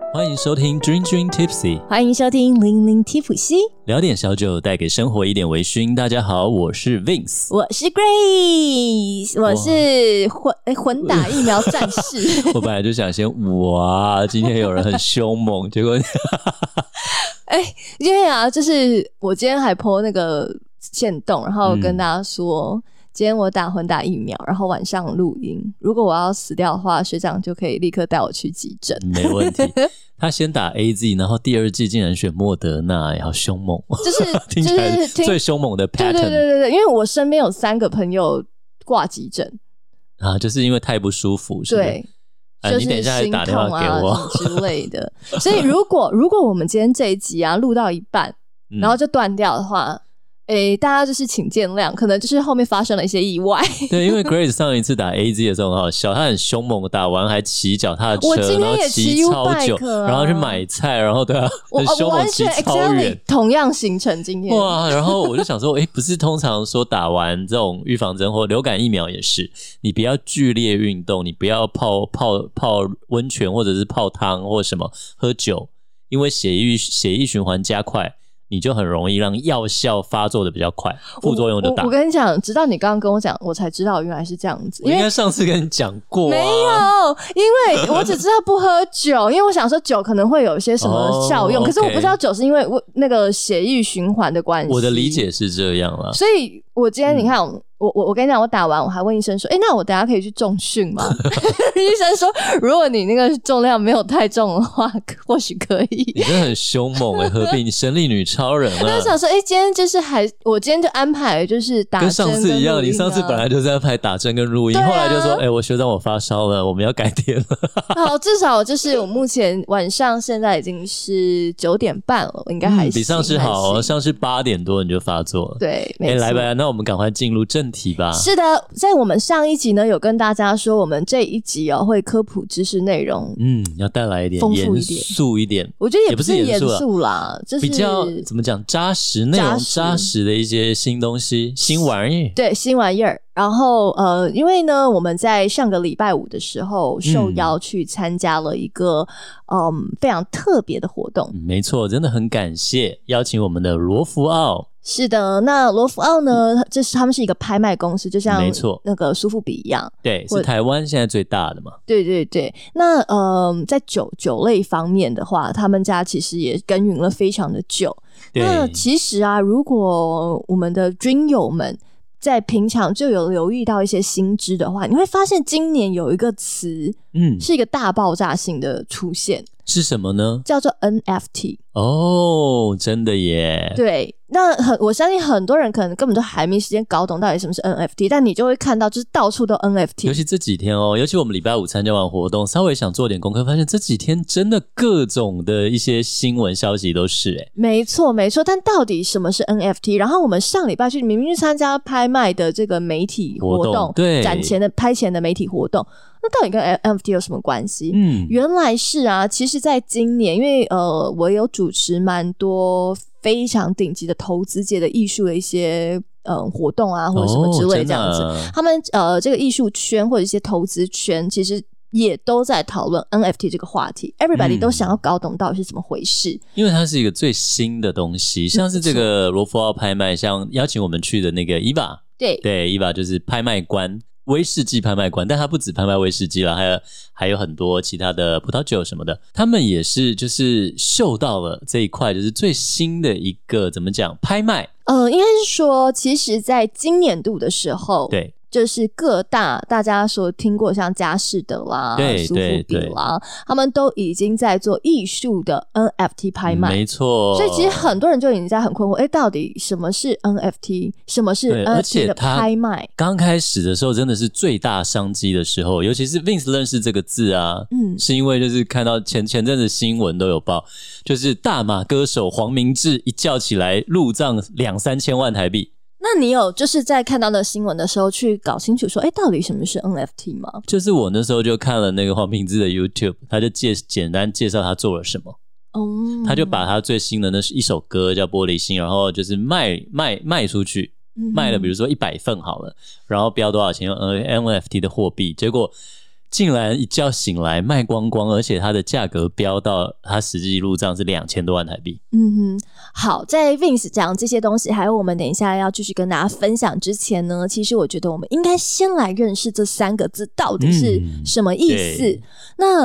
欢迎收听 Dream Dream Tipsy， 欢迎收听零零提普西， 聊点小酒，带给生活一点微醺。大家好，我是 Vince， 我是 Grace， 我是混打疫苗战士。 我本来就想先哇，今天有人很凶猛，结果因为啊，就是我今天还 po 那个限动，然后跟大家说。今天我打混打疫苗，然后晚上录音。如果我要死掉的话，学长就可以立刻带我去急诊。 没问题。他先打 AZ， 然后第二剂竟然选莫德纳，好凶猛！ 就是听起来最凶猛的 pattern。 对，因为我身边有3个朋友挂急诊啊，就是因为太不舒服，是不是？ 对。 你等一下还打电话给我之类的。所以如果我们今天这一集啊录到一半，然后就断掉的话。大家就是请见谅，可能就是后面发生了一些意外。 对，因为 Grace 上一次打 AZ 的时候很好笑，她很凶猛，打完还骑脚踏车， 我今天也骑超久，然后去买菜，然后对啊，很凶猛，骑超远， 同样行程今天。 哇！然后我就想说，不是通常说打完这种预防针或流感疫苗也是，你不要剧烈运动，你不要泡温泉或者是泡汤或什么喝酒，因为血液循环加快。你就很容易让药效发作的比较快，副作用就大。 我跟你讲，直到你刚刚跟我讲，我才知道原来是这样子。 我应该上次跟你讲过、啊， 没有，因为我只知道不喝酒，因为我想说酒可能会有一些什么效用，可是我不知道酒是因为那个血液循环的关系。 我的理解是这样啦， 所以我今天你看。我跟你讲，我打完我还问医生说，那我等一下可以去重训吗？医生说，如果你那个重量没有太重的话，或许可以。 你真的很凶猛何必？你神力女超人啊！ 我想说，今天就是我今天就安排就是打针跟上次一样，你上次本来就是安排打针跟录音，后来就说，我学长我发烧了，我们要改天了。 好，至少就是我目前晚上现在已经是9点半了，应该还行。 比上次好哦，上次8点多你就发作了。 对，没错。 来吧，那我们赶快进入正题吧。 是的，在我们上一集呢，有跟大家说，我们这一集会科普知识内容， 要带来一点严肃一点。 我觉得也不是严肃啦，就是比较怎么讲，扎实内容，扎实的一些新东西、新玩意。 对，新玩意儿。然后因为呢，我们在上个礼拜五的时候受邀去参加了一个非常特别的活动。 没错，真的很感谢邀请我们的罗福奥。 是的，那罗福奥呢，他们是一个拍卖公司，就像没错那个苏富比一样， 对，是台湾现在最大的嘛。 对。那在酒类方面的话，他们家其实也耕耘了非常的久。那其实啊，如果我们的军友们在平常就有留意到一些新知的话，你会发现今年有一个词，是一个大爆炸性的出现。 是什么呢？ 叫做 NFT。 哦，真的耶。 对，那我相信很多人可能根本都还没时间搞懂到底什么是 NFT， 但你就会看到就是到处都 NFT。 尤其这几天尤其我们礼拜五参加完活动，稍微想做点功课，发现这几天真的各种的一些新闻消息都是没错，但到底什么是 NFT？ 然后我们上礼拜去明明去参加拍卖的这个媒体活动， 对， 展前的拍前的媒体活动，那到底跟 NFT 有什么关系？原来是啊，其实在今年，因为我有主持蛮多非常顶级的投资界的艺术的一些活动啊，或者什么之类这样子，他们这个艺术圈或者一些投资圈，其实也都在讨论 NFT 这个话题 ，everybody 都想要搞懂到底是怎么回事， 因为它是一个最新的东西，像是这个罗福奥拍卖，像邀请我们去的那个 EVA， 对 EVA 就是拍卖官。威士忌拍卖官，但他不止拍卖威士忌啦，还有很多其他的葡萄酒什么的，他们也是就是嗅到了这一块，就是最新的一个怎么讲拍卖？ 应该是说，其实在今年度的时候， 对。 就是各大家所听过像佳士得啦、苏富比啦，他们都已经在做艺术的 NFT 拍卖， 没错。 所以其实很多人就已经在很困惑，到底什么是 NFT， 什么是 NFT 的拍卖？ 刚开始的时候真的是最大商机的时候，尤其是 Vince 认识这个字啊，是因为就是看到前阵子新闻都有报，就是大马歌手黄明志一叫起来入账2-3千万台币。 那你有就是在看到那新闻的时候去搞清楚说到底什么是 NFT 吗？ 就是我那时候就看了那个黄明志的 YouTube， 他就简单介绍他做了什么。他就把他最新的那一首歌叫玻璃心，然后就是卖出去，卖了比如说100份好了，然后标多少钱用 NFT 的货币，结果竟然一觉醒来卖光光，而且它的价格飙到它实际入账是2000多万台币。 好，在 Vince 讲这些东西还有我们等一下要继续跟大家分享之前呢，其实我觉得我们应该先来认识这3个字到底是什么意思。那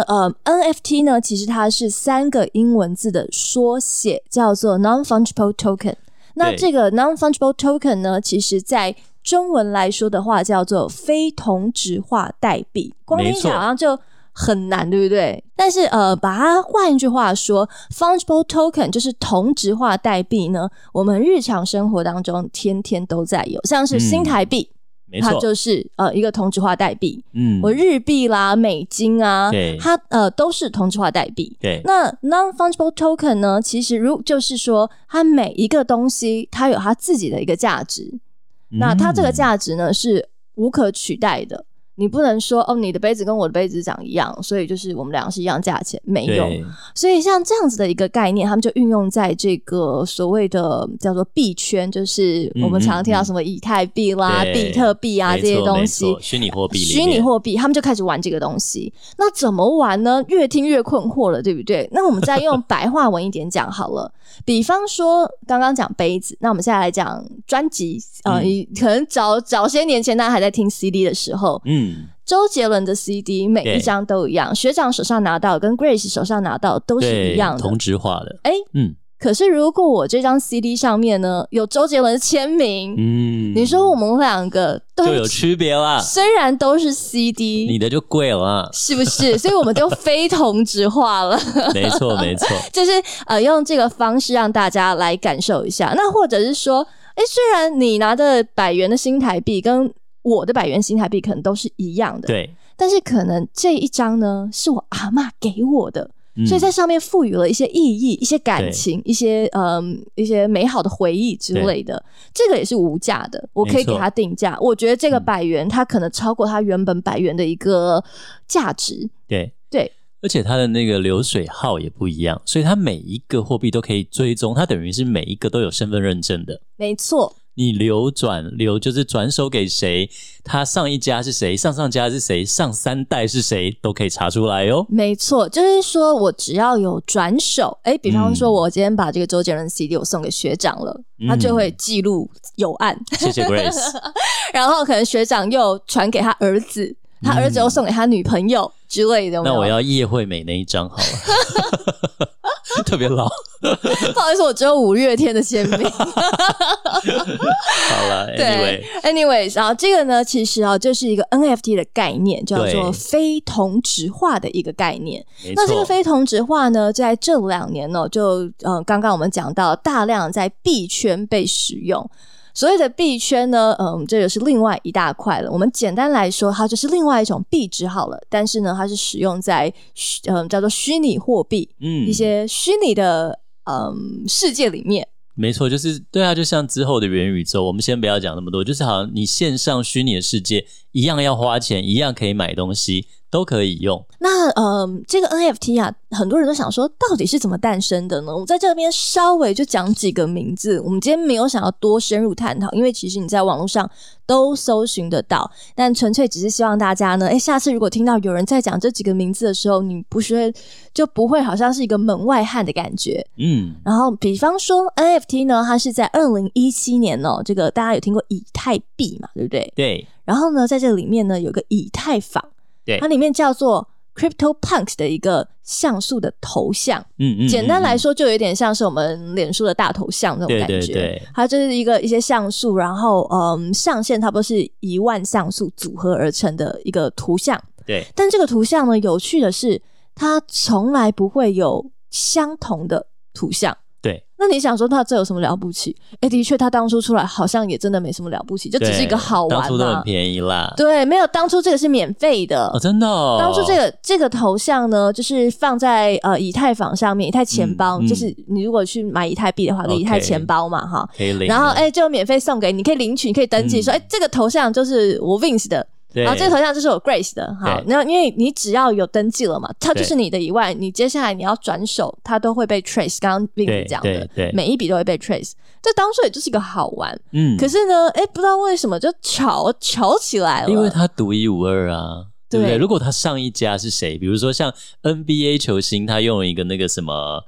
NFT 呢，其实它是3个英文字的缩写，叫做 Non-Fungible Token。那这个 Non-Fungible Token 呢，其实在中文来说的话叫做非同质化代币，光听起来好像就很难，对不对？但是把它换一句话说 Fungible Token 就是同质化代币呢，我们日常生活当中天天都在有，像是新台币，它就是一个同质化代币。我日币啦、美金啊，它都是同质化代币。 对， 那 Non-Fungible Token 呢，其实就是说它每一个东西它有它自己的一个价值，那它这个价值呢是无可取代的。你不能说你的杯子跟我的杯子长一样，所以就是我们两个是一样价钱，没有。所以像这样子的一个概念，他们就运用在这个所谓的叫做币圈，就是我们常常听到什么以太币啦、比特币啊这些东西， 虚拟货币， 他们就开始玩这个东西。那怎么玩呢？越听越困惑了，对不对？那我们再用白话文一点讲好了。比方说刚刚讲杯子，那我们现在来讲专辑。可能早些年前大家还在听 CD 的时候，周杰伦的 CD 每一张都一样，学长手上拿到跟 Grace 手上拿到都是一样的， 同质化的。 可是如果我这张 CD 上面呢有周杰伦的签名，你说我们两个都就有区别啦。 虽然都是 CD， 你的就贵了，是不是？所以我们就非同质化了。 没错， 就是用这个方式让大家来感受一下。那或者是说，虽然你拿的100元的新台币跟我的100元新台币可能都是一样的， 对， 但是可能这一张呢是我阿嬷给我的。所以在上面赋予了一些意义、一些感情、一些美好的回忆之类的，这个也是无价的，我可以给它定价。我觉得这个100元它可能超过它原本100元的一个价值。对， 而且它的那个流水号也不一样，所以它每一个货币都可以追踪，它等于是每一个都有身份认证的。 没错。 你流就是转手给谁，他上一家是谁，上上家是谁，上3代是谁，都可以查出来哦。 没错，就是说我只要有转手，比方说我今天把这个周杰伦 CD 我送给学长了，他就会记录有案。 谢谢 Grace。 然后可能学长又传给他儿子，他儿子又送给他女朋友之类的。 那我要叶惠美那一张好了。特别老。 不好意思，我只有5月天的签名。好了 anyways 然后这个呢其实就是一个 NFT 的概念，叫做非同质化的一个概念。那这个非同质化呢在这2年呢就刚刚我们讲到大量在币圈被使用。所谓的币圈呢这个是另外一大块了，我们简单来说它就是另外一种币值好了，但是呢它是使用在叫做虚拟货币一些虚拟的世界里面。 没错，就是对啊，就像之后的元宇宙，我们先不要讲那么多，就是好像你线上虚拟的世界一样要花钱，一样可以买东西，都可以用。 那这个 NFT 啊，很多人都想说到底是怎么诞生的呢？我们在这边稍微就讲几个名字，我们今天没有想要多深入探讨，因为其实你在网络上都搜寻得到，但纯粹只是希望大家呢下次如果听到有人在讲这几个名字的时候，你就不会好像是一个门外汉的感觉。然后比方说 NFT 呢，它是在2017年这个大家有听过以太币嘛，对不对？ 对。 然后呢在这里面呢有个以太坊，对，它里面叫做 CryptoPunks 的一个像素的头像。简单来说就有点像是我们脸书的大头像那种感觉。对，它就是一些像素，然后上限差不多是1万像素组合而成的一个图像。 对， 但这个图像呢有趣的是它从来不会有相同的图像。 对， 那你想说它这有什么了不起？的确它当初出来好像也真的没什么了不起，就只是一个好玩嘛， 当初都很便宜啦。 对，没有，当初这个是免费的。 真的当初这个头像呢就是放在以太坊上面，以太钱包，就是你如果去买以太币的话，以太钱包嘛哈， 可以领， 然后就免费送给你，可以领取，你可以登记说这个头像就是我 Vince 的，然后这个头像就是我 Grace 的。好，那因为你只要有登记了嘛，它就是你的以外，你接下来你要转手它都会被 trace， 刚刚 Vince 讲的每一笔都会被 trace， 这当初也就是一个好玩。可是呢不知道为什么就吵起来了， 因为它独一无二啊。 对不对？如果他上一家是谁，比如说像 NBA 球星，他用了一个那个什么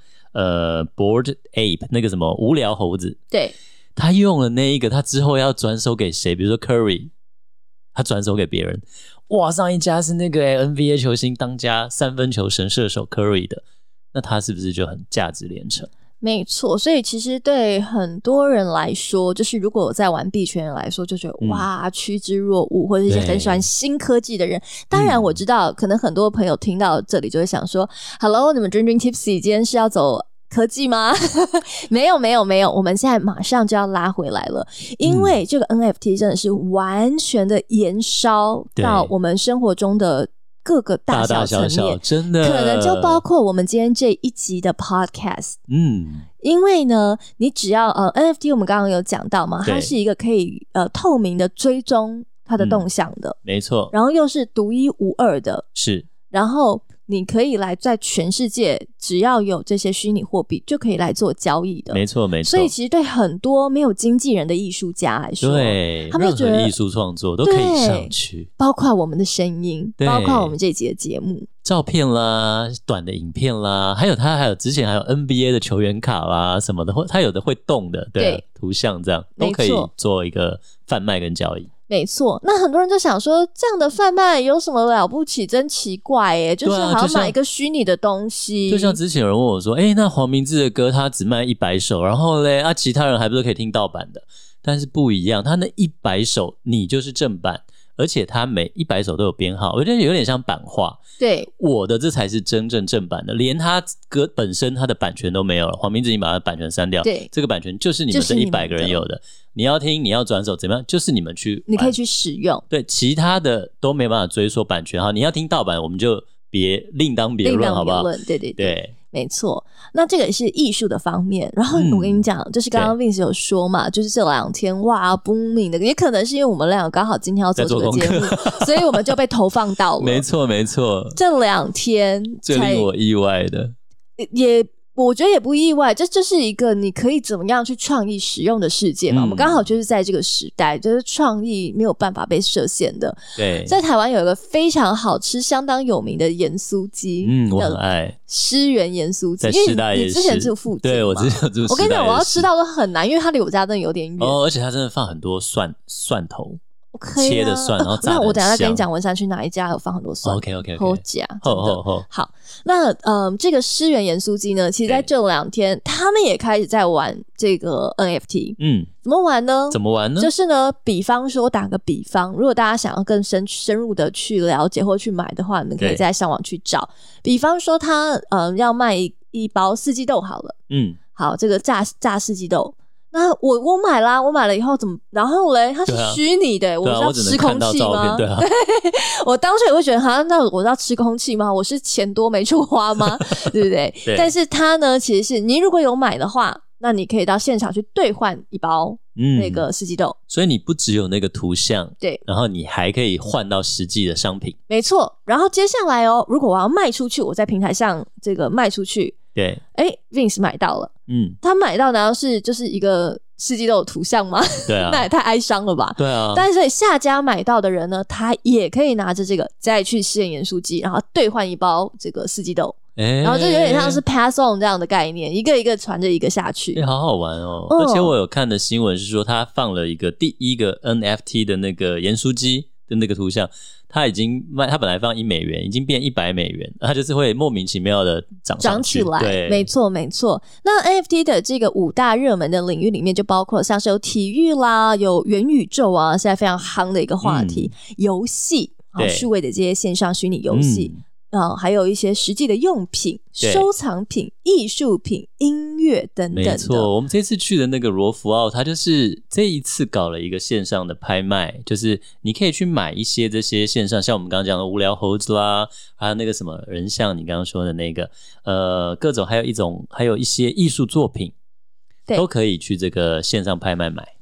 Bored Ape 那个什么无聊猴子， 对， 他用了那一个，他之后要转手给谁？比如说 Curry， 他转手给别人，哇，上一家是那个NBA 球星当家三分球神射手 Curry 的，那他是不是就很价值连城？ 没错，所以其实对很多人来说，就是如果我在玩币圈人来说，就觉得哇趋之若鹜，或者是一些很喜欢新科技的人。当然我知道可能很多朋友听到这里就会想说 Hello 你们 Dream Tipsy 今天是要走科技吗？没有，我们现在马上就要拉回来了，因为这个 NFT 真的是完全的延烧到我们生活中的各个大小层面，大大小小， 真的可能就包括我们今天这一集的 podcast。因为呢，你只要NFT 我们刚刚有讲到嘛，它是一个可以透明的追踪它的动向的， 没错， 然后又是独一无二的， 是， 然后你可以来在全世界只要有这些虚拟货币就可以来做交易的， 没错没错。 所以其实对很多没有经纪人的艺术家来说， 对， 他们觉得任何艺术创作都可以上去， 包括我们的声音，包括我们这集的节目。 照片啦，短的影片啦，还有之前还有 NBA 的球员卡啦什么的，它有的会动的，对，图像这样都可以做一个贩卖跟交易。 没错，那很多人就想说，这样的贩卖有什么了不起？真奇怪耶，就是好像买一个虚拟的东西。 就像之前有人问我说，那黄明志的歌他只卖100首，然后嘞其他人还不是可以听盗版的？但是不一样，他那100首你就是正版。而且它每100首都有编号，我觉得有点像版画。 对， 我的这才是真正正版的，连它歌本身它的版权都没有了。黄明志已经把它版权删掉，对，这个版权就是你们这100个人有的。你要听，你要转手怎么样？就是你们去， 你可以去使用。 对，其他的都没办法追溯版权。好，你要听盗版，我们就别另当别论，好不好？ 对对对。没错，那这个也是艺术的方面。然后我跟你讲，就是刚刚 Vince 有说嘛，就是这2天哇 booming 的，也可能是因为我们两个刚好今天要做这个节目，所以我们就被投放到了。 没错没错， 这2天最令我意外的， 我觉得也不意外，这就是一个你可以怎么样去创意使用的世界嘛。我们刚好就是在这个时代，就是创意没有办法被设限的。 对， 在台湾有一个非常好吃、相当有名的盐酥鸡， 我很爱诗园盐酥鸡， 在师大夜市， 你之前住附近， 对，我之前住师大夜市。 我跟你讲，我要吃到都很难，因为它离我家真的有点远。 而且它真的放很多蒜头。 Okay 切的蒜，然后炸的很香。 那我等一下再跟你讲文山区哪一家有放很多蒜。 OK， 好假。好，那这个诗园盐酥鸡呢，其实在这2天，他们也开始在玩这个 NFT。怎么玩呢？就是呢，比方说打个比方，如果大家想要更深入的去了解或去买的话，你们可以再上网去找。比方说他要卖一包四季豆好了。好，这个炸四季豆。那我买啦，我买了以后怎么？然后嘞，它是虚拟的，我是要吃空气吗？对，我当时也会觉得，那我要吃空气吗？我是钱多没处花吗？对不对？但是它呢，其实是你如果有买的话，那你可以到现场去兑换一包那个四季豆， 所以你不只有那个图像， 对， 然后你还可以换到实际的商品， 没错。然后接下来如果我要卖出去，我在平台上这个卖出去。 对 ，Vince 买到了，他买到难道是就是一个四季豆的图像吗？ 对啊， 那也太哀伤了吧？ 对啊。 但是下家买到的人呢，他也可以拿着这个再去试验盐酥鸡，然后兑换一包这个四季豆，然后就有点像是 pass on 这样的概念，一个一个传着一个下去， 好好玩哦。而且我有看的新闻是说，他放了一个第一个 NFT 的那个盐酥鸡的那个图像。它已经卖，它本来放$1，已经变$100，它就是会莫名其妙的涨起来。 对， 没错没错。那 NFT 的这个5大热门的领域里面，就包括像是有体育啦，有元宇宙啊，现在非常夯的一个话题，游戏，数位的这些线上虚拟游戏。还有一些实际的用品、收藏品、艺术品、音乐等等的。 没错，我们这次去的那个罗浮奥，它就是这一次搞了一个线上的拍卖，就是你可以去买一些这些线上，像我们刚刚讲的无聊猴子啦，还有那个什么人像，你刚刚说的那个各种，还有一些艺术作品，都可以去这个线上拍卖买。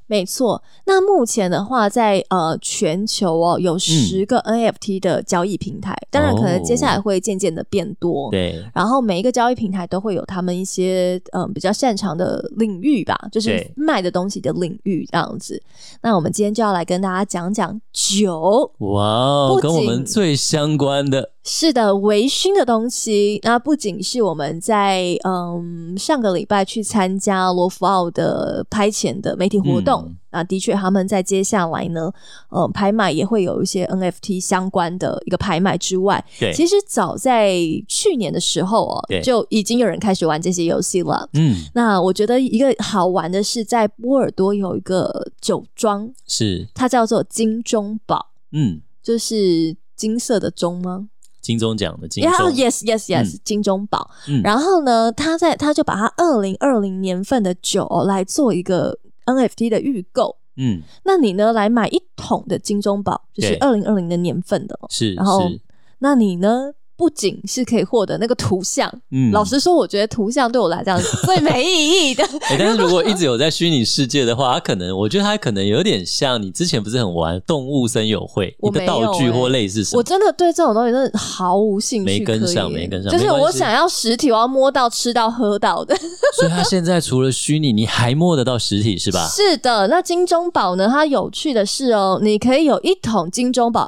没错，那目前的话在全球有10个 NFT 的交易平台，当然可能接下来会渐渐的变多， 对， 然后每一个交易平台都会有他们一些比较擅长的领域吧，就是卖的东西的领域这样子。那我们今天就要来跟大家讲讲酒， 哇，跟我们最相关的， 是的，微醺的东西。那不仅是我们在上个礼拜去参加罗浮奥的拍前的媒体活动，那的确他们在接下来呢拍卖也会有一些 NFT 相关的一个拍卖之外， 对， 其实早在去年的时候就已经有人开始玩这些游戏了。那我觉得一个好玩的是在波尔多有一个酒庄， 是它叫做金钟堡，就是金色的钟吗？ 金钟奖的金钟 yes、金钟堡。然后呢他就把他2020年份的酒来做一个 NFT 的预购。那你呢来买1桶的金钟堡，就是2020的年份的是， 然后那你呢不仅是可以获得那个图像，老实说我觉得图像对我来讲是最没意义的但是如果一直有在虚拟世界的话，我觉得它可能有点像你之前不是很玩动物森友会，你的道具或类似什么， 我真的对这种东西真的毫无兴趣， 没跟上就是我想要实体，我要摸到吃到喝到的所以它现在除了虚拟你还摸得到实体是吧？ 是的。那金钟堡呢，它有趣的是你可以有1桶金钟堡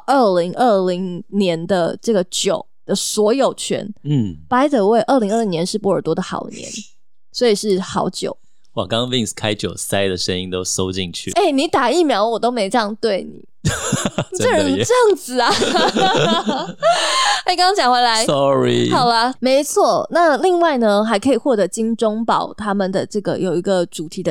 2020年的这个酒的所有权。by the way 2020年是波尔多的好年，所以是好酒。 哇，刚刚 Vince 开酒塞的声音都收进去。 你打疫苗我都没这样对你这人这样子啊刚刚讲回来 sorry， 好啦，没错。那另外呢还可以获得金钟堡他们的这个有一个主题的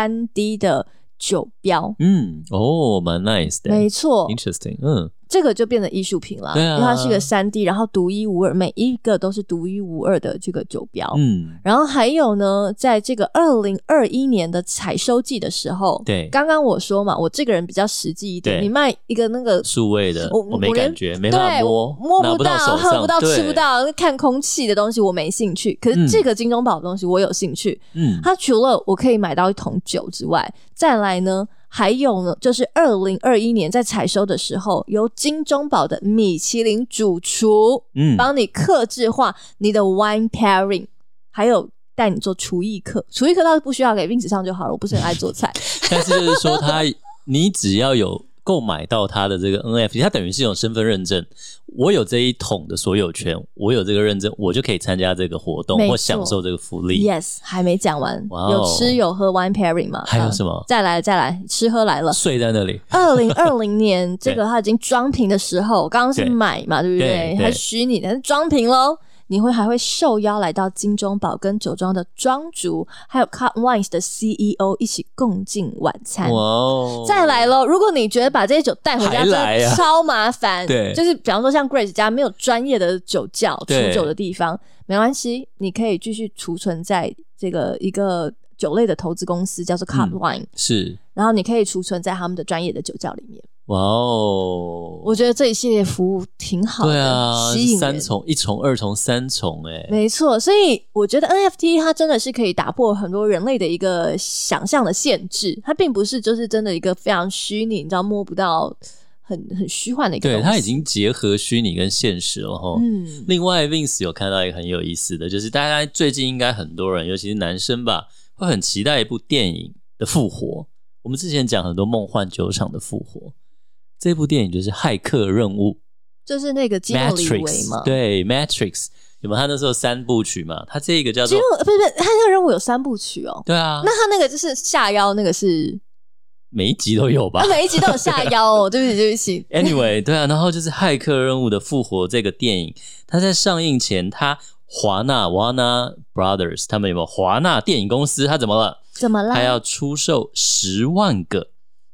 3D 的酒标。 蛮 nice 的， 没错 interesting。 这个就变成艺术品了，因为它是一个 3D， 然后独一无二，每一个都是独一无二的这个酒标。然后还有呢，在这个2021年的采收季的时候， 对， 刚刚我说嘛，我这个人比较实际一点，你卖一个那个数位的，我没感觉，没办法摸不到，喝不到，吃不到，看空气的东西我没兴趣。可是这个金钟堡的东西我有兴趣。它除了我可以买到1桶酒之外，再来呢还有呢，就是2021年在采收的时候，由金钟堡的米其林主厨帮你客制化你的 wine pairing， 还有带你做厨艺课。厨艺课倒是不需要，给 Vince 上就好了，我不是很爱做菜但是就是说你只要有购买到它的这个 NFT， 它等于是一种身份认证，我有这1桶的所有权，我有这个认证，我就可以参加这个活动或享受这个福利。 Yes， 还没讲完。有吃有喝 wine pairing 嘛？ 还有什么？ 再来吃喝来了， 睡在那里。 2020年这个它已经装瓶的时候，刚刚是买嘛，对不对？它是虚拟的，装瓶咯。你还会受邀来到金钟堡跟酒庄的庄主还有 Cup Wines 的 CEO 一起共进晚餐。再来咯，如果你觉得把这些酒带回家真的超麻烦，就是比方说像 Grace 家没有专业的酒窖储酒的地方，没关系，你可以继续储存在这个一个酒类的投资公司叫做 Cup Wine， 是， 然后你可以储存在他们的专业的酒窖里面。 我觉得这一系列服务挺好的， 对啊， 吸引人 1重、2重、3重没错。所以我觉得 NFT 它真的是可以打破很多人类的一个想象的限制，它并不是就是真的一个非常虚拟，你知道摸不到很虚幻的一个东西。 对，它已经结合虚拟跟现实了齁。另外 Vince 有看到一个很有意思的，就是大家最近应该很多人尤其是男生吧，会很期待一部电影的复活。我们之前讲很多梦幻酒厂的复活，这部电影就是骇客任务， 就是那个基努里维嘛。 对 Matrix， 有没有？他那时候3部曲嘛，他这个叫做不是他那个任务有3部曲哦。 对啊， 那他那个就是下腰那个是每一集都有吧？ 每一集都有下腰哦。对不起 Anyway， 对啊，然后就是骇客任务的复活这个电影，它在上映前，它华纳 Brothers 他们有没有华纳电影公司？它怎么了？它要出售10万个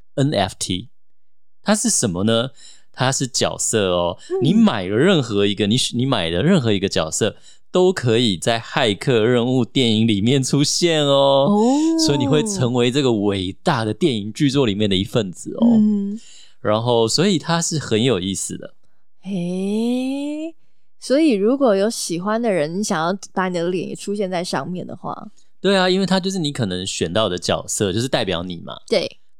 NFT。它是什么呢？它是角色哦。你买了任何一个你买的任何一个角色都可以在骇客任务电影里面出现哦。所以你会成为这个伟大的电影剧作里面的一份子哦。然后所以它是很有意思的。 所以如果有喜欢的人，你想要把你的脸也出现在上面的话， 对啊，因为它就是你可能选到的角色就是代表你嘛。 对。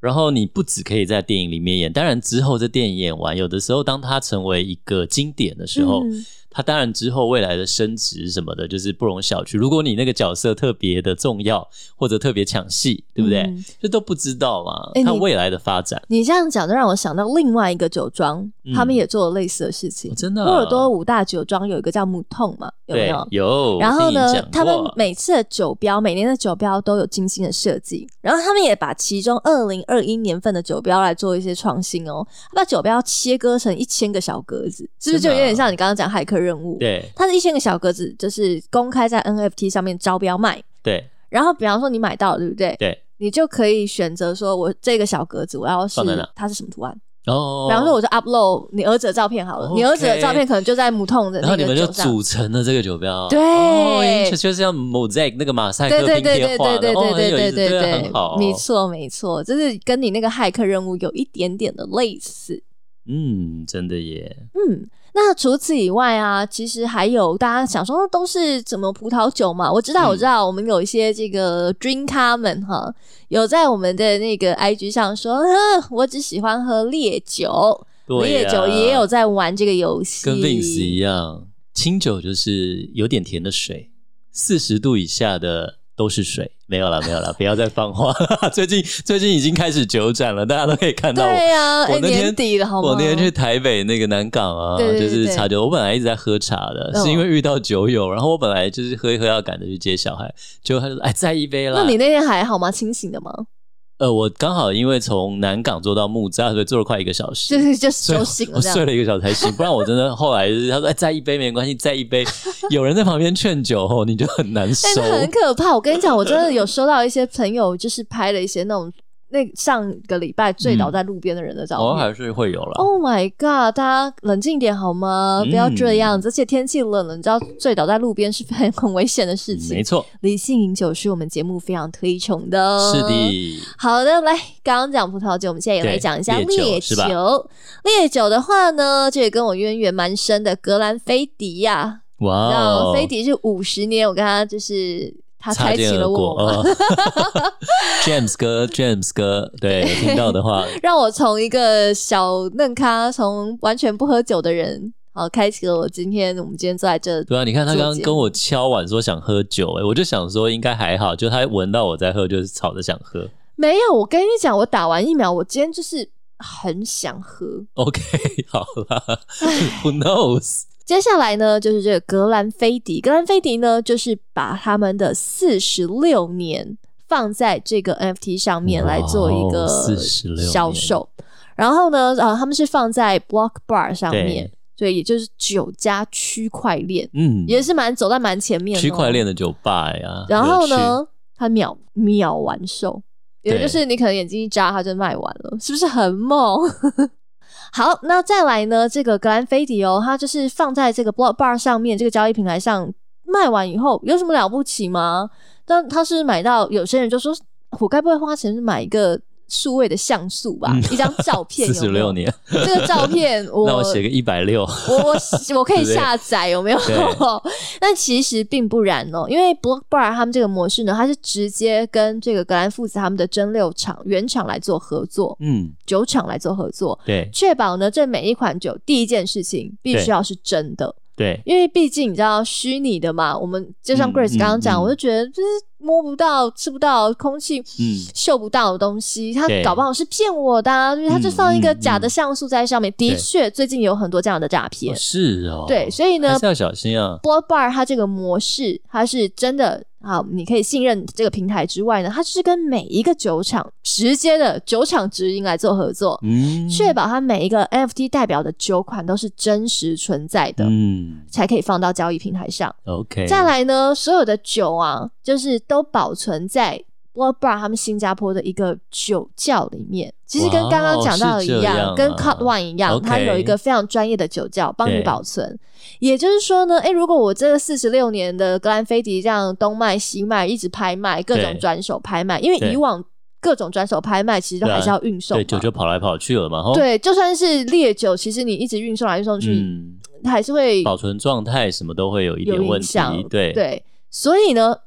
然后你不只可以在电影里面演，当然之后这电影演完，有的时候当它成为一个经典的时候，它当然之后未来的升值什么的就是不容小觑。如果你那个角色特别的重要或者特别抢戏，对不对？这都不知道嘛，它未来的发展。 你这样讲就让我想到另外一个酒庄，他们也做了类似的事情。 真的， 波尔多五大酒庄有一个叫木痛嘛，有没有？ 对，有。 然后呢，他们每次的酒标，每年的酒标都有精心的设计，然后他们也把其中2021年份的酒标来做一些创新哦，他把酒标切割成1000个小格子，是不是就有点像你刚刚讲骇客任务？ 对， 它是1000个小格子，就是公开在 NFT 上面招标卖。 对， 然后比方说你买到了，对不对？ 对， 你就可以选择说，我这个小格子我要是它是什么图案。 哦， 比方说我就 upload 你儿子的照片好了，你儿子的照片可能就在母痛的那个酒上， 然后你们就组成了这个酒标。 对， 就是像 mosaic 那个马赛克拼贴画的， 对， 很好， 没错，就是跟你那个骇客任务有一点点的类似。 真的耶。 那除此以外啊，其实还有大家想说都是怎么葡萄酒嘛？我知道，我们有一些这个 drinker 们哈，有在我们的那个 IG 上说，我只喜欢喝烈酒，烈酒也有在玩这个游戏， 跟 Vince 一样，清酒就是有点甜的水，40度以下的都是水。没有啦，不要再放话。最近已经开始酒展了，大家都可以看到我。 对啊， 我那天年底了好吗？ 我那天去台北那个南港啊， 对， 就是茶酒。我本来一直在喝茶的，是因为遇到酒友，然后我本来就是喝一喝要赶着去接小孩，结果他就说：“再一杯啦。” 那你那天还好吗？清醒的吗？ 我刚好因为从南港坐到木栅，所以坐了快1个小时， 就是酒醒了， 我睡了1个小时才醒，不然我真的后来就是他说再一杯没关系，再一杯，有人在旁边劝酒后，你就很难受， 但是很可怕。我跟你讲，我真的有收到一些朋友，就是拍了一些那种。那上个礼拜醉倒在路边的人的照片， 还是会有啦。 Oh my god！ 大家冷静点好吗？不要这样，而且天气冷了，你知道醉倒在路边是很危险的事情。 没错， 理性饮酒是我们节目非常推崇的。 是的。 好的，来，刚刚讲葡萄酒，我们现在也来讲一下烈酒。烈酒的话呢，这也跟我渊源蛮深的，格兰菲迪呀。哇，菲迪是50年，我跟他就是他开启了我。 James 哥，对，有听到的话， 让我从一个小嫩咖，从完全不喝酒的人，好，开启了我们今天坐在这。 对啊，你看他刚刚跟我敲碗说想喝酒，我就想说应该还好，就他闻到我在喝，就是吵着想喝。 没有，我跟你讲，我打完疫苗，我今天就是很想喝。 OK， 好啦，Who knows？ 接下来呢，就是这个格兰菲迪。格兰菲迪呢，就是把他们的46年放在这个 NFT 上面来做一个销售。然后呢，他们是放在 Block Bar 上面，所以也就是酒家区块链，也是走在蛮前面的。 区块链的酒吧呀。 然后呢，它秒完售，也就是你可能眼睛一眨，它就卖完了，是不是很猛？好，那再来呢？这个格兰菲迪它就是放在这个 Block Bar 上面，这个交易平台上卖完以后，有什么了不起吗？但他是买到，有些人就说，我该不会花钱买一个数位的像素吧？一张照片有没有？ 46年， 这个照片那我写个160， 我可以下载，有没有？但其实并不然哦，因为 Block Bar 他们这个模式呢，它是直接跟这个格兰父子他们的蒸馏厂原厂来做合作，酒厂来做合作， 对， 确保呢这每一款酒第一件事情必须要是真的。 对， 因为毕竟你知道虚拟的嘛，我们就像 Grace 刚刚讲，我就觉得就是摸不到、吃不到、空气嗅不到的东西，它搞不好是骗我的啊，就是它就放一个假的像素在上面。的确，最近有很多这样的诈骗。 是哦， 对，所以呢， 还是要小心啊。 Block Bar 它这个模式，它是真的好，你可以信任这个平台之外呢，它就是跟每一个酒厂直接的酒厂直营来做合作，确保它每一个 NFT 代表的酒款都是真实存在的，才可以放到交易平台上。 OK， 再来呢，所有的酒啊，就是都保存在 Block Bar 他们新加坡的一个酒窖里面。其实跟刚刚讲到的一样，跟 Cut One 一样，它有一个非常专业的酒窖帮你保存。也就是说呢，如果我这个46年的格兰菲迪这样东卖西卖，一直拍卖各种转手拍卖，因为以往各种转手拍卖其实都还是要运送嘛， 对，酒就跑来跑去了嘛。 对，就算是烈酒，其实你一直运送来运送去，它还是会保存状态什么都会有一点问题。对， 所以呢，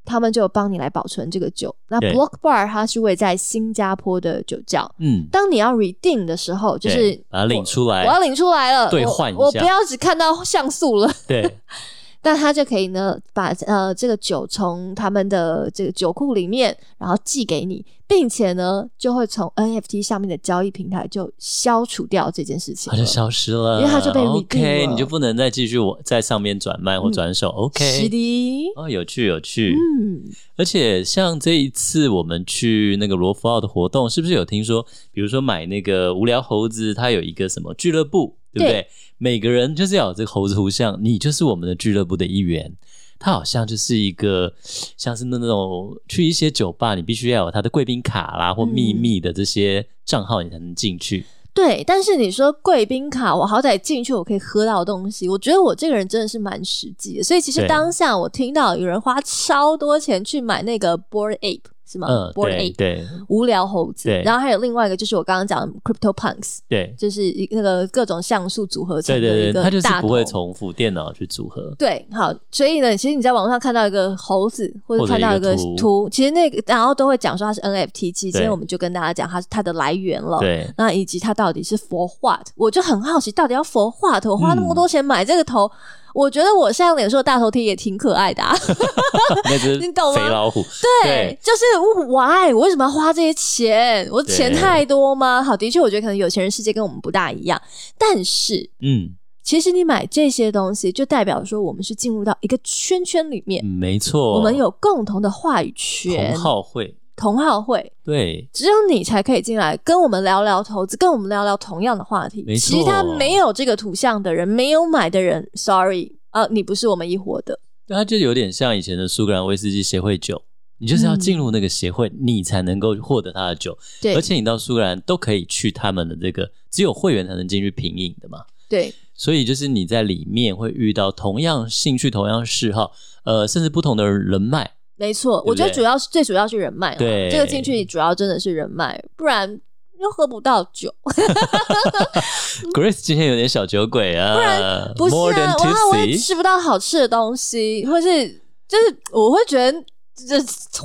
他们就有帮你来保存这个酒。那 Block Bar 它是位在新加坡的酒窖，当你要 redeem 的时候，就是把它领出来， 我要领出来了， 兑换一下， 我不要只看到像素了。 对。 但他就可以呢，把这个酒从他们的这个酒库里面，然后寄给你，并且呢，就会从 NFT 上面的交易平台就消除掉这件事情了， 它就消失了， 因为它就被 redeem 了。 OK， 你就不能再继续在上面转卖或转手。OK， 是的， 有趣有趣。而且像这一次我们去那个罗浮奥的活动，是不是有听说，比如说买那个无聊猴子，它有一个什么俱乐部，对不对？每个人就是要有这个猴子图像，你就是我们的俱乐部的一员。它好像就是一个像是那种去一些酒吧，你必须要有它的贵宾卡啦，或秘密的这些账号，你才能进去。 对，但是你说贵宾卡，我好歹进去我可以喝到东西，我觉得我这个人真的是蛮实际的。所以其实当下我听到有人花超多钱去买那个 Bored Ape。是吗？Bored Ape， 对， 无聊猴子。然后还有另外一个，就是我刚刚讲的 CryptoPunks， 对， 就是那个各种像素组合成的一个大头， 它就是不会重复电脑去组合。 对，好，所以呢，其实你在网上看到一个猴子，或者看到一个图，其实那个然后都会讲说它是 NFT。其实今天我们就跟大家讲它的来源了， 对， 那以及它到底是 for what， 我就很好奇，到底要 for what？ 我花那么多钱买这个头。我觉得我现在脸书的大头贴也挺可爱的啊， 那只你懂吗？ 肥老虎， 对，就是 why 我为什么要花这些钱？我钱太多吗？好，的确，我觉得可能有钱人世界跟我们不大一样，但是，其实你买这些东西，就代表说我们是进入到一个圈圈里面， 没错， 我们有共同的话语权，同好会， 对， 只有你才可以进来跟我们聊聊投资，跟我们聊聊同样的话题。其他没有这个图像的人，没有买的人 ，sorry 你不是我们一伙的。 它就有点像以前的苏格兰威士忌协会酒，你就是要进入那个协会，你才能够获得它的酒。对，而且你到苏格兰都可以去他们的这个只有会员才能进去品饮的嘛。 对， 所以就是你在里面会遇到同样兴趣、同样嗜好，甚至不同的人脉。 没错，我觉得最主要是人脉。对，这个进去主要真的是人脉，不然又喝不到酒。 Grace 今天有点小酒鬼啊， 不然不是啊，我会吃不到好吃的东西，或是就是我会觉得这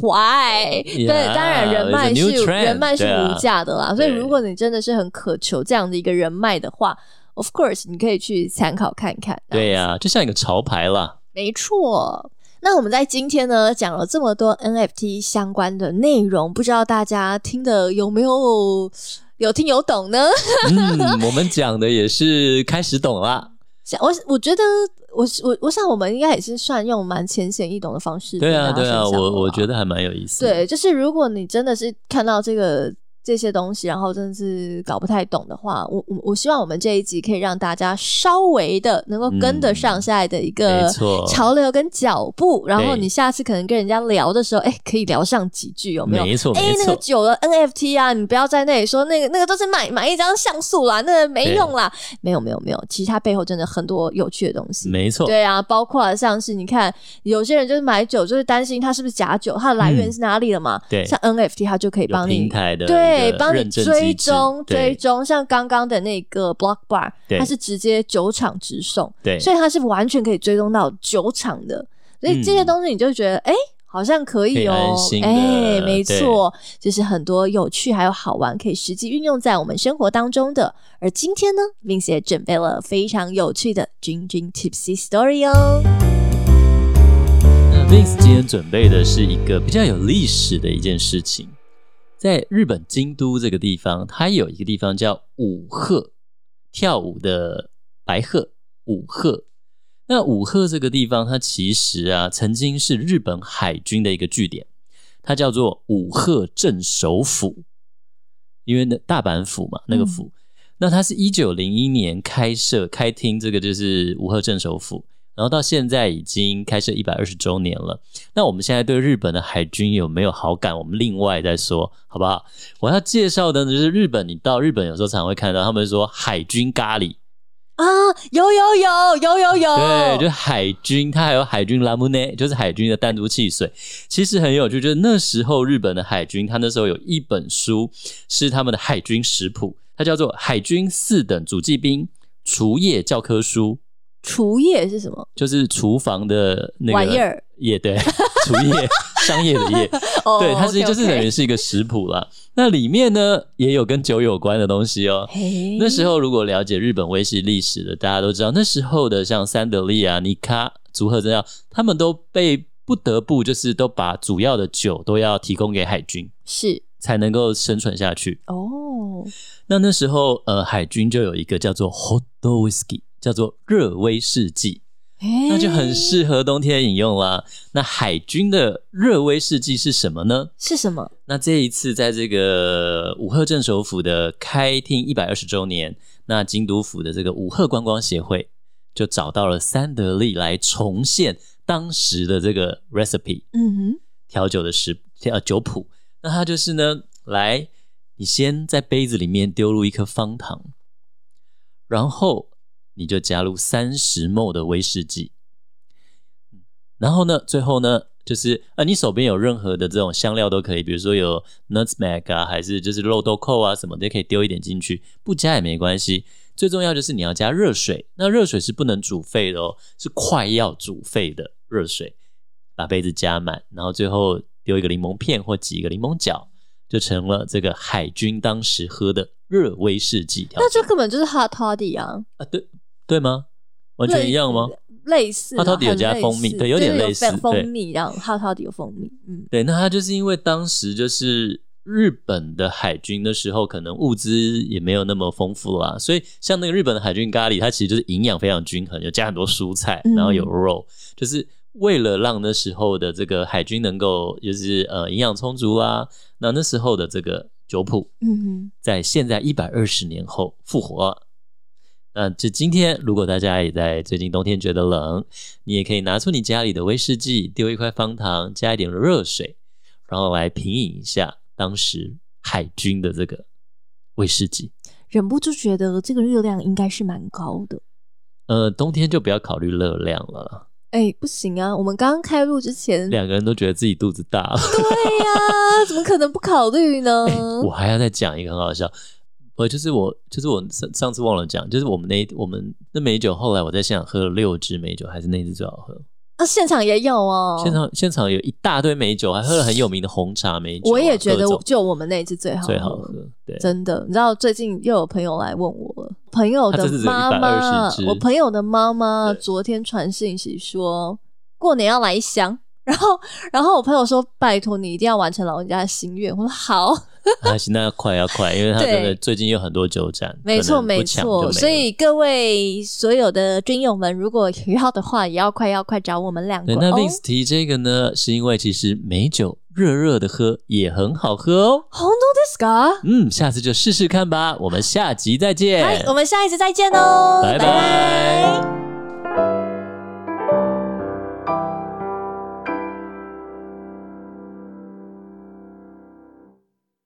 why？ 对，当然人脉是无价的啦，所以如果你真的是很渴求这样的一个人脉的话 ，of course 你可以去参考看看。 对呀，就像一个潮牌啦。 没错。那我们在今天呢讲了这么多 NFT 相关的内容，不知道大家听的有没有听有懂呢？ 我们讲的也是开始懂啦。 我觉得我想我们应该也是算用蛮浅显易懂的方式。 对啊，我觉得还蛮有意思的。 对，就是如果你真的是看到这些东西，然后真的是搞不太懂的话，我希望我们这一集可以让大家稍微的能够跟得上下来的一个潮流跟脚步，然后你下次可能跟人家聊的时候，可以聊上几句，有没有？ 没错， 那个酒的 NFT 啊，你不要在那里说那个都是买一张像素啦，那个没用啦，没有，其实它背后真的很多有趣的东西， 没错， 对啊，包括像是你看，有些人就是买酒，就是担心它是不是假酒，它的来源是哪里了嘛？对，像 NFT 它就可以帮你平台的对，帮你追踪，像刚刚的那个 Block Bar， 它是直接酒厂直送，对，所以它是完全可以追踪到酒厂的，所以这些东西你就觉得好像可以哦，没错，就是很多有趣还有好玩可以实际运用在我们生活当中的。而今天呢 Vince 也准备了非常有趣的 Gin Tipsy Story 哦。 那 Vince 今天准备的是一个比较有历史的一件事情。在日本京都这个地方，它有一个地方叫五鹤，跳舞的白鹤，五鹤。那五鹤这个地方，它其实曾经是日本海军的一个据点，它叫做五鹤镇守府，因为大阪府嘛，那个府。那它是1901年开厅，这个就是五鹤镇守府。然后到现在已经开设120周年了。那我们现在对日本的海军有没有好感？我们另外再说，好不好？我要介绍的就是日本，你到日本有时候常会看到他们说海军咖喱啊，有， 对，就是海军，它还有海军ラムネ，就是海军的弹珠汽水。其实很有趣，就是那时候日本的海军，他那时候有一本书是他们的海军食谱，它叫做《海军4等主计兵厨业教科书》。 厨业是什么？ 就是厨房的那个玩意儿， 也对，厨业商业的业。对，它就是等于是一个食谱啦。那里面呢也有跟酒有关的东西哦。那时候如果了解日本威士忌历史的，大家都知道那时候的像三得利啊、尼卡、竹鹤真药，他们都被不得不就是都把主要的酒都要提供给海军， 是才能够生存下去。那时候海军就有一个叫做 Hot Whisky， 叫做热威士忌。那就很适合冬天饮用啦。那海军的热威士忌是什么呢？ 是什么？ 那这一次在这个武鹤镇守府的开厅120周年，那京都府的这个武鹤观光协会就找到了三得利来重现当时的这个 recipe， 调酒的酒谱。那它就是呢，来你先在杯子里面丢入一颗方糖，然后你就加入30ml 的威士忌，然后呢，最后呢，就是你手边有任何的这种香料都可以，比如说有 nutmeg 啊，还是就是肉豆蔻啊什么的，可以丢一点进去，不加也没关系。最重要就是你要加热水，那热水是不能煮沸的哦，是快要煮沸的热水，把杯子加满，然后最后丢一个柠檬片或几个柠檬角，就成了这个海军当时喝的热威士忌调酒。 那就根本就是 hot toddy 啊！ 对吗？完全一样吗？ 类似 hot toddy 有加蜂蜜，对，有点类似， 有蜂蜜，然后 hot toddy 有蜂蜜， 对，那它就是因为当时就是日本的海军的时候，可能物资也没有那么丰富啦，所以像那个日本的海军咖喱，它其实就是营养非常均衡，有加很多蔬菜，然后有肉，就是为了让那时候的这个海军能够就是营养充足啦，那时候的这个酒谱，在现在120年后复活了。那就今天如果大家也在最近冬天觉得冷，你也可以拿出你家里的威士忌，丢一块方糖，加一点热水，然后来品饮一下当时海军的这个威士忌。 忍不住觉得这个热量应该是蛮高的。 冬天就不要考虑热量了。 不行啊，我们刚刚开录之前两个人都觉得自己肚子大了。 对呀，怎么可能不考虑呢？ 我还要再讲一个很好笑，就是我上次忘了讲，就是我们那美酒，后来我在现场喝了6支美酒，还是那支最好喝。 现场也有哦， 现场有一大堆美酒，还喝了很有名的红茶美酒。 我也觉得就我们那支最好喝，对， 真的。你知道最近又有朋友来问我了，朋友的妈妈，我朋友的妈妈昨天传讯息说过年要来一箱，然后我朋友说拜托你一定要完成老人家的心愿，我说好。 那要快，因为他真的最近有很多酒展， 没错，所以各位所有的军友们，如果要的话，也要快找我们两个。 那 Vince 提这个呢，是因为其实美酒热热的喝也很好喝哦。 本当ですか？ 下次就试试看吧。我们下集再见。 我们下一集再见哦， 拜拜。